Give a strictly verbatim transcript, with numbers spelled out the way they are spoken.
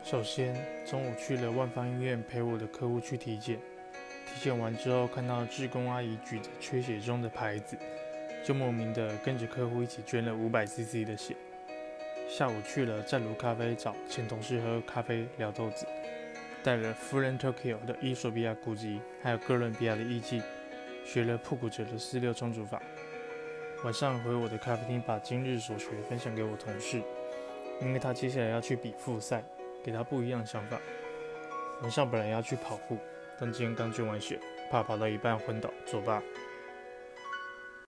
首先，中午去了万方医院陪我的客户去体检。体检完之后，看到志工阿姨举着缺血中的牌子，就莫名的跟着客户一起捐了五百 C C 的血。下午去了湛卢咖啡找前同事喝咖啡聊豆子，带了 Full Tokyo 的伊索比亚古籍，还有哥伦比亚的艺伎，学了瀑布者的四六冲煮法。晚上回我的咖啡厅，把今日所学分享给我同事，因为他接下来要去比复赛，给他不一样的想法。晚上本来要去跑步，但今天刚捐完血，怕跑到一半昏倒作罢。